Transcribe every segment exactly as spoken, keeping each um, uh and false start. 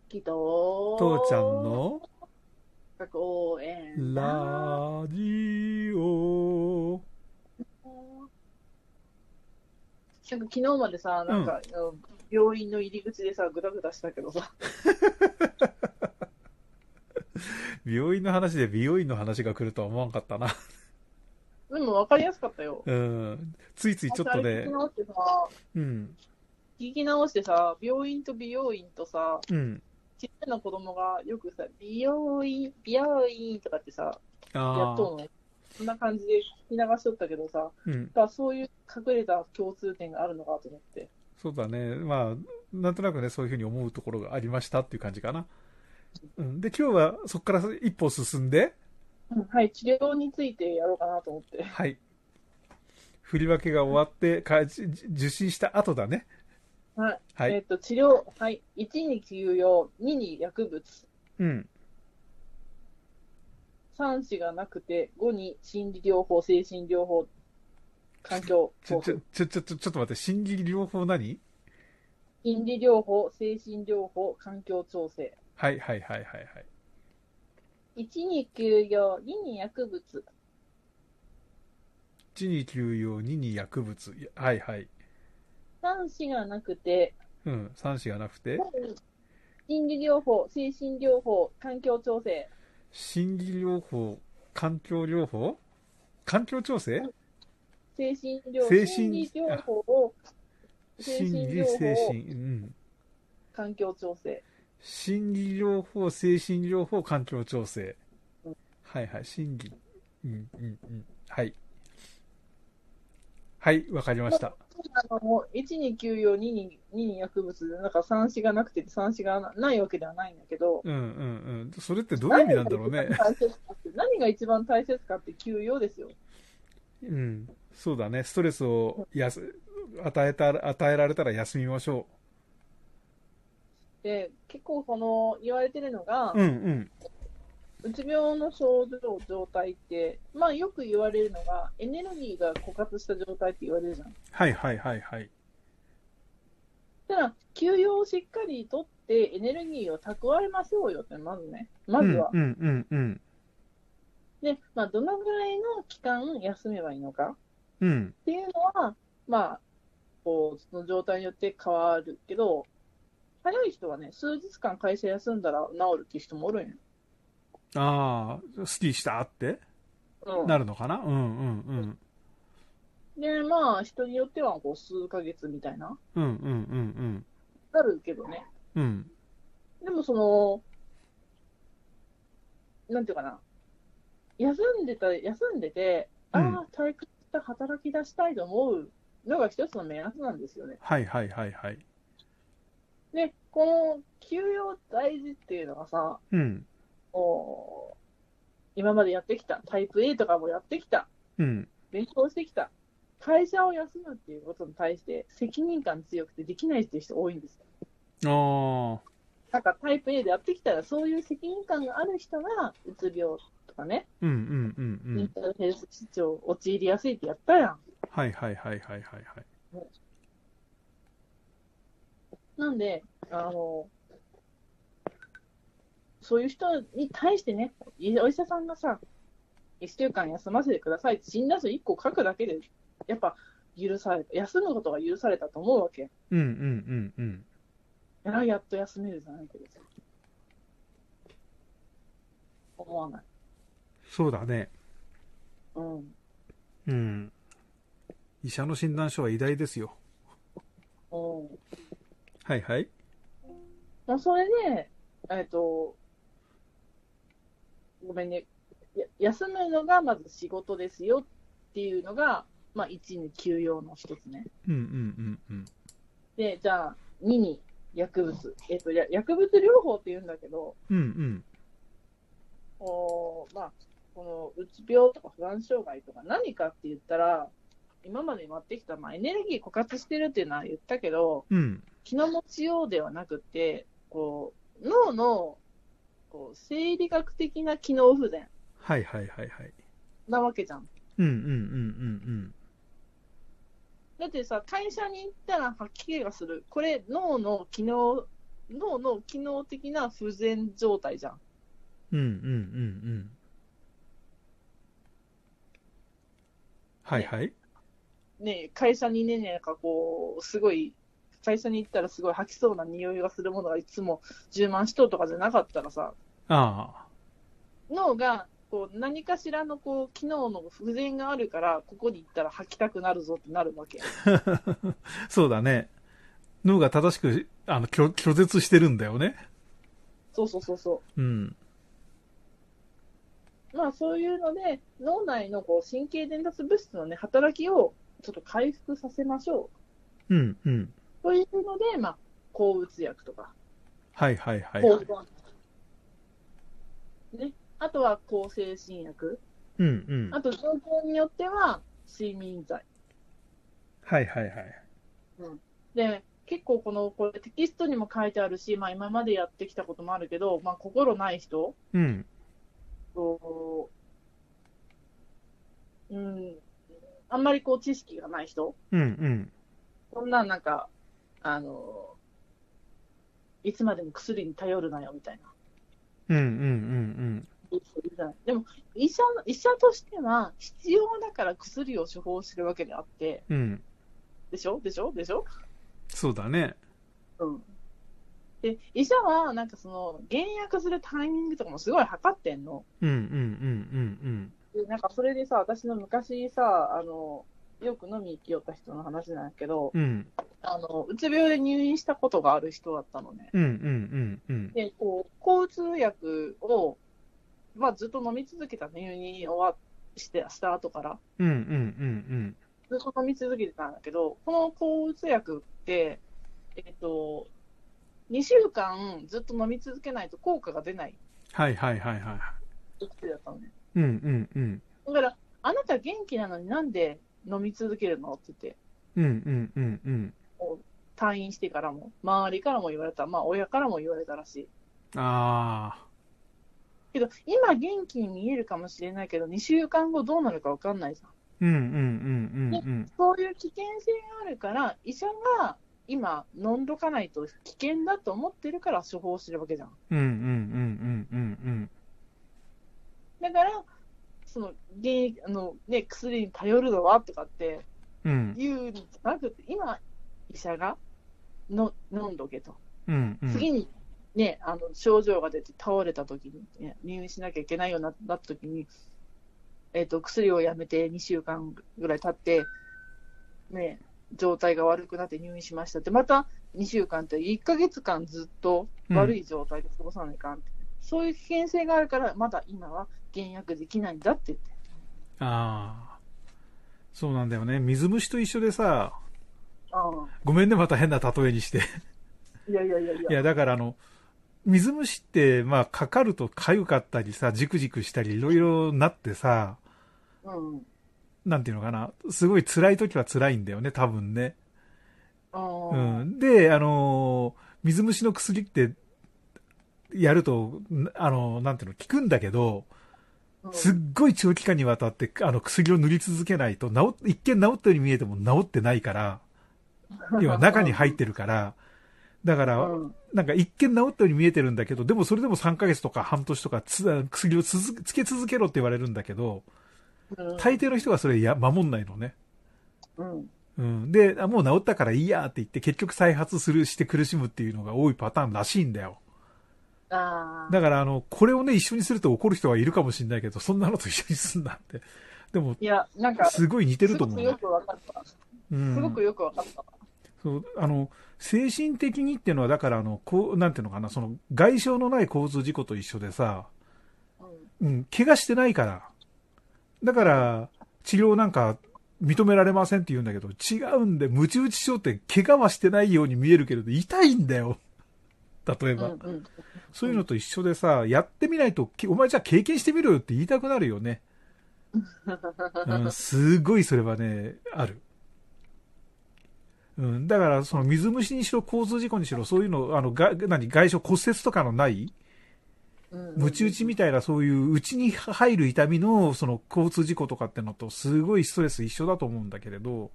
きと父ちゃんの応援ラジオ。 なんか昨日までさ、 うん。 なんか病院の入り口でさ、ぐだぐだしたけどさ、 病院の話で美容院の話が来るとは思わんかったな。 でも分かりやすかったよ。 うん。ついついちょっ私あれ聞きとね、 直してさ、 うん。 聞き直してさ、病院と美容院とさ、 うん。 ちっちゃな子供がよくさ、美容院、美容院とかってさ、やっああ。 とんの。こんな感じで聞き流しとったけどさ、 うん。 だそういう隠れた共通点があるのかと思って。 そうだね。まあ、なんとなくね、そういうふうに思うところがありましたっていう感じかな。うん。で、今日はそこから一歩進んで、 うん、はい、治療についてやろうかなと思って。 はい。振り分けが終わって、かじ受診した後だね。 はい。 はい。 えっ、と、治療、はい。いちに休養、にに薬物、 うん。 さん子がなくて、ごに心理療法、精神療法、環境ちょ、ちょ、 調整。 ちょ、ちょ、ちょ、ちょっと待って、心理療法何？ 心理療法、精神療法、環境調整。 はいはいはいはいはい。 いちに休養、にに薬物、 いちに休養、にに薬物。はいはい。 さん子がなくて、 うん。さん子がなくて。 ごに心理療法、精神療法、環境調整。 心理療法、環境療法、環境調整、 精神療、 精神、 心理療あ、 法を、精神心理、精神、 療法、 うん。 環境調整。 心理療法、精神療法、環境調整。 うん、 はいはい。心理。うんうんうん。はい。はい、わかりままあ、 した。 あのいちに休養、にに、にに薬物で、なんかさん子がなくてさん子がないわけではないんだけど、 うんうんうん。それってどういう意味何がなんだろうね。 一番大切かって、何が一番大切かって休養ですよ。 うん。そうだね。ストレスをやす与えた、与えられたら休みましょで、結構この言われてるのが、 う。うんうん。 うつ病の症状、状態って、まあよく言われるのが、エネルギーが枯渇した状態って言われるじゃん。 はいはいはいはい。 ただ、休養をしっかりとってエネルギーを蓄えましょうよって、まずね。まずは。 うんうんうんうん。 で、まあ、どのぐらいの期間休めばいいのかうん。 っていうのは、まあ、こう、その状態によって変わるけど、早い人はね、数日間会社休んだら治るっていう人もおるんよ。 ああ、スキーしたってなうるのかな。うんうんん。で、まあ、人によっては、こう、数ヶ月みたいな、 うん。うんうんうんなるけどね。 うん。うん。 でも、その、なんていうかな、休んでた、休んでて、あうん。 あ、退屈した働き出したいと思うのが一つの目安なんですよね。 はいはいはいはい。 で、この休養大事っていうのはさ、 うん。 もう今までやってきた、タイプ A とかもやってきた、 うん。 勉強してきた、会社を休むっていうことに対して責任感強くてできないっていう人多いんですよ。 ああ。 なんかタイプ A でやってきたら、そういう責任感がある人が、うつ病とかね、 うんうんうんうん。 メンタルヘルス失調、陥りやすいってやったやん。 はいはいはいはいはいはい。 なんで、あの、そういう人に対してね、お医者さんがさ、いっしゅうかん休ませてくださいって診断書いっこ書くだけで、やっぱ許された、休むことが許されたと思うわけ。 うんうんうんうん。 やらやっと休めるじゃないけどさ、思わない。 そうだね。 うん。 うん。医者の診断書は偉大ですよ。 うん。 はいはい。 まあ、それで、えっと、ごめんね、や休むのがまず仕事ですよっていうのが、まあ、いちに休養の一つね。 うんうんうんうん。 で、じゃあ、にに薬物。えっと、や薬物療法って言うんだけど、 うんうん。 おまあ、このうつ病とか不安障害とか何かって言ったら、今までやってきた、まあ、エネルギー枯渇してるっていうのは言ったけど、 うん。 気の持ちようではなくて、こう脳のこう生理学的な機能不全はいはいはいはい。 なわけじゃん。 うんうんうんだってさ、会社に行ったら吐き気がする。これ、脳の機能脳の機能的な不全状態じゃん。 うんうんうんうん。はいはい。 ね、会社にね、なんかこう、すごい、会社に行ったらすごい吐きそうな匂いがするものがいつも充満しとうとかじゃなかったらさ、 あ脳がこう何かしらのこう機能の不全があるから、ここに行ったら吐きたくなるぞってなるわけやん。 あ。そうだね。脳が正しく、あの、拒、拒絶してるんだよね。 そうそうそうそうん。 う。まあそういうので、脳内のこう神経伝達物質のね、働きをちょっと回復させましょうん、うん。 う。というので、まあ、抗うつ薬とか、 はいはいはいはい。 抗がんね。あとは抗精神薬。 うん、うん。 あと状況によっては睡眠剤。 はいはいはい。 うん。で、結構この、これテキストにも書いてあるし、まあ今までやってきたこともあるけど、まあ心ない人、 うん。 とうん、あんまりこう知識がない人、 うん、うん。 そんなんなんか、あの、いつまでも薬に頼るなよみたいな。 うん、うん、うん、 でも医者、医者としては必要だから薬を処方するわけであって、 うん。うん。 でしょでしょでしょそうだね。 うん。で、医者はなんかその、減薬するタイミングとかもすごい測ってんの。 うん、うん、うん、うん、 で、なんかそれでさ、私の昔さ、あの、よく飲み行きよった人の話なんやけど、 うん。うん。 あの、うつ病で入院したことがある人だったのね。 うん、うん、うん、 で、こう、抗うつ薬を、まあ、ずっと飲み続けた入院終わしてした後から、 うん、うん、うん、 ずっと飲み続けてたんだけど、この抗うつ薬って、えっと、にしゅうかんずっと飲み続けないと効果が出ないはいはいはいはい。 薬だったのね。 うん、うん、うん。 だから、あなた元気なのになんで飲み続けるのって言って、 うん、うん、うん、うん。 退院してからも、周りからも言われた、まあ親からも言われたらしい。 ああ。 けど、今元気に見えるかもしれないけど、にしゅうかんごどうなるか分かんないじゃん。 うん、うん、うん、 で、 うん、 そういう危険性があるから、医者が今飲んどかないと危険だと思ってるから処方してるわけじゃん。 うん。うん、うん、うん、うん、うん。 だから、その、原あのね、薬に頼るのはとかってうん、 言うんじゃなくて、今、医者がの飲んどけと。 うん、うん。 次に、ね、あの症状が出て倒れた時に、ね、入院しなきゃいけないようになった時に、えーと、薬をやめてにしゅうかんぐらい経って、ね、状態が悪くなって入院しましたって、またにしゅうかんっていっかげつかんずっと悪い状態で過ごさないかんって、そういう危険性があるから、まだ今は減薬できないんだって言って。 ああ。そうなんだよね。水虫と一緒でさ、 ああ、 ごめんね、また変な例えにして。 いやいやいやいや。 いや、だからあの、水虫って、まあ、かかると痒かったりさ、じくじくしたり、いろいろなってさ、 うん。 なんていうのかな、すごい辛い時は辛いんだよね、多分ね。 あうあ、 ん。で、あのー水虫の薬ってやると、あのーなんていうの、効くんだけど、すっうん。 ごい長期間にわたって、あの、薬を塗り続けないと、治っ、一見治ったように見えても治ってないから、要は中に入ってるから、だから、 うん。うん。 なんか一見治ったように見えてるんだけど、でもそれでもさんかげつとか半年とかつ薬をつつけ続けろって言われるんだけど、大抵の人がそれや守んないのね。 うん。 うん。で、あもう治ったからいいやって言って結局再発するして苦しむっていうのが多いパターンらしいんだよ。 ああ。 だからあの、これをね、一緒にすると怒る人はいるかもしれないけど、そんなのと一緒にすんなって。でも、 いや、なんか、 すごい似てると思うな。 すごくよく分かった。 うん。 すごくよく分かった。 そう、あの、精神的にっていうのは、だからあの、こう、なんていうのかな、その、外傷のない交通事故と一緒でさ、 うん。 うん、怪我してないから。だかうん。 ら、治療なんか認められませんって言うんだけど、違うんで、ムチ打ち症って怪我はしてないように見えるけれど、痛いんだよ。例えば。 うん。うん。 そういうのと一緒でさ、やってみないと、お前じゃあ経験してみろよって言いたくなるよね。うん、すごいそれはね、ある。うん、だから、その水虫にしろ、交通事故にしろ、そういうの、あの、が、何、外傷、骨折とかのないうん。 ムチ打ちみたいな、そういう、内に入る痛みの、その、交通事故とかってのと、すごいストレス一緒だと思うんだけれど、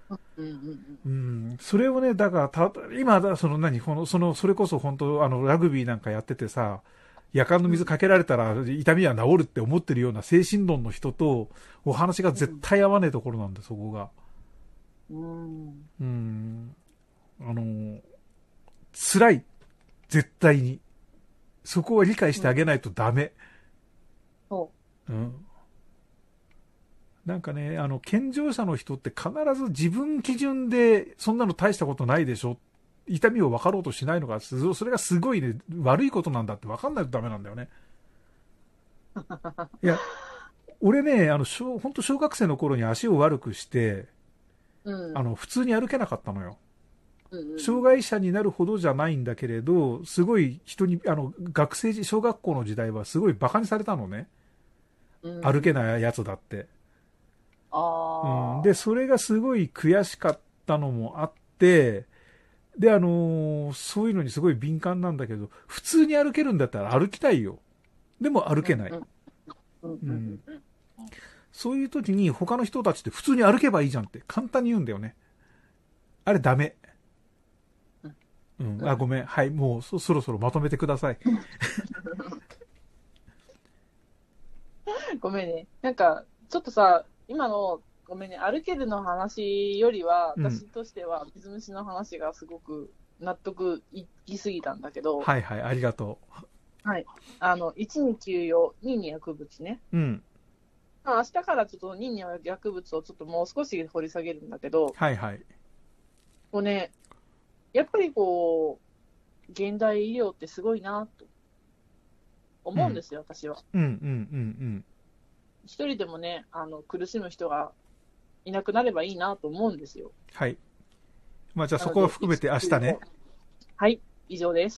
うんうんうん、それをね、だから、た、今だ、その何、この、その、それこそ本当、あの、ラグビーなんかやっててさ、夜間のうん。 水かけられたら痛みは治るって思ってるような精神論の人と、お話が絶対合わねえところなんで、そこが。 うん。 うん、あの、辛い。絶対に。そこは理解してあげないとダメ。 そうん。なんかね、あの、健常者の人って必ず自分基準で、そんなの大したことないでしょ。痛みを分かろうとしないのが、そそれがすごいね、悪いことなんだって分かんないとダメなんだよね。いや、俺ね、あの、小、本当小学生の頃に足を悪くして、 う。うん。 あの、普通に歩けなかったのよ。 うんうん障害者になるほどじゃないんだけれど、すごい人に、あの、学生時、小学校の時代はすごい馬鹿にされたのね。 うん。 歩けうん。 ないやつだって。うん。で、 ああ。 それがすごい悔しかったのもあって、で、あのーそういうのにすごい敏感なんだけど、普通に歩けるんだったら歩きたいよ。でも歩けない。 うんうんうんうんうん。そういう時に他の人たちって普通に歩けばいいじゃんって簡単に言うんだよね。あれダメ。 うんうん。あ、 うん。 ごめん。はい。もうそ、そろそろまとめてください。 ごめんね。なんか、ちょっとさ、今の、ごめんね、歩けるの話よりは、 うん。 私としては、水虫の話がすごく納得いきすぎたんだけど、 はいはい。ありがとはい。あの、いちに休養、にに薬物ね。 う。うん。 まあ、明日からちょっとにに薬物をちょっともう少し掘り下げるんだけど、 はいはい。 こうね、やっぱりこう、現代医療ってすごいなとうん。 思うんですよ、私は。 うんうんうん一人でもね、あの、苦しむ人がいなくなればいいなと思うんですよ。 はい。まあじゃあそこはなので、 含めて明いちに休養、 日ね。 はい、以上です。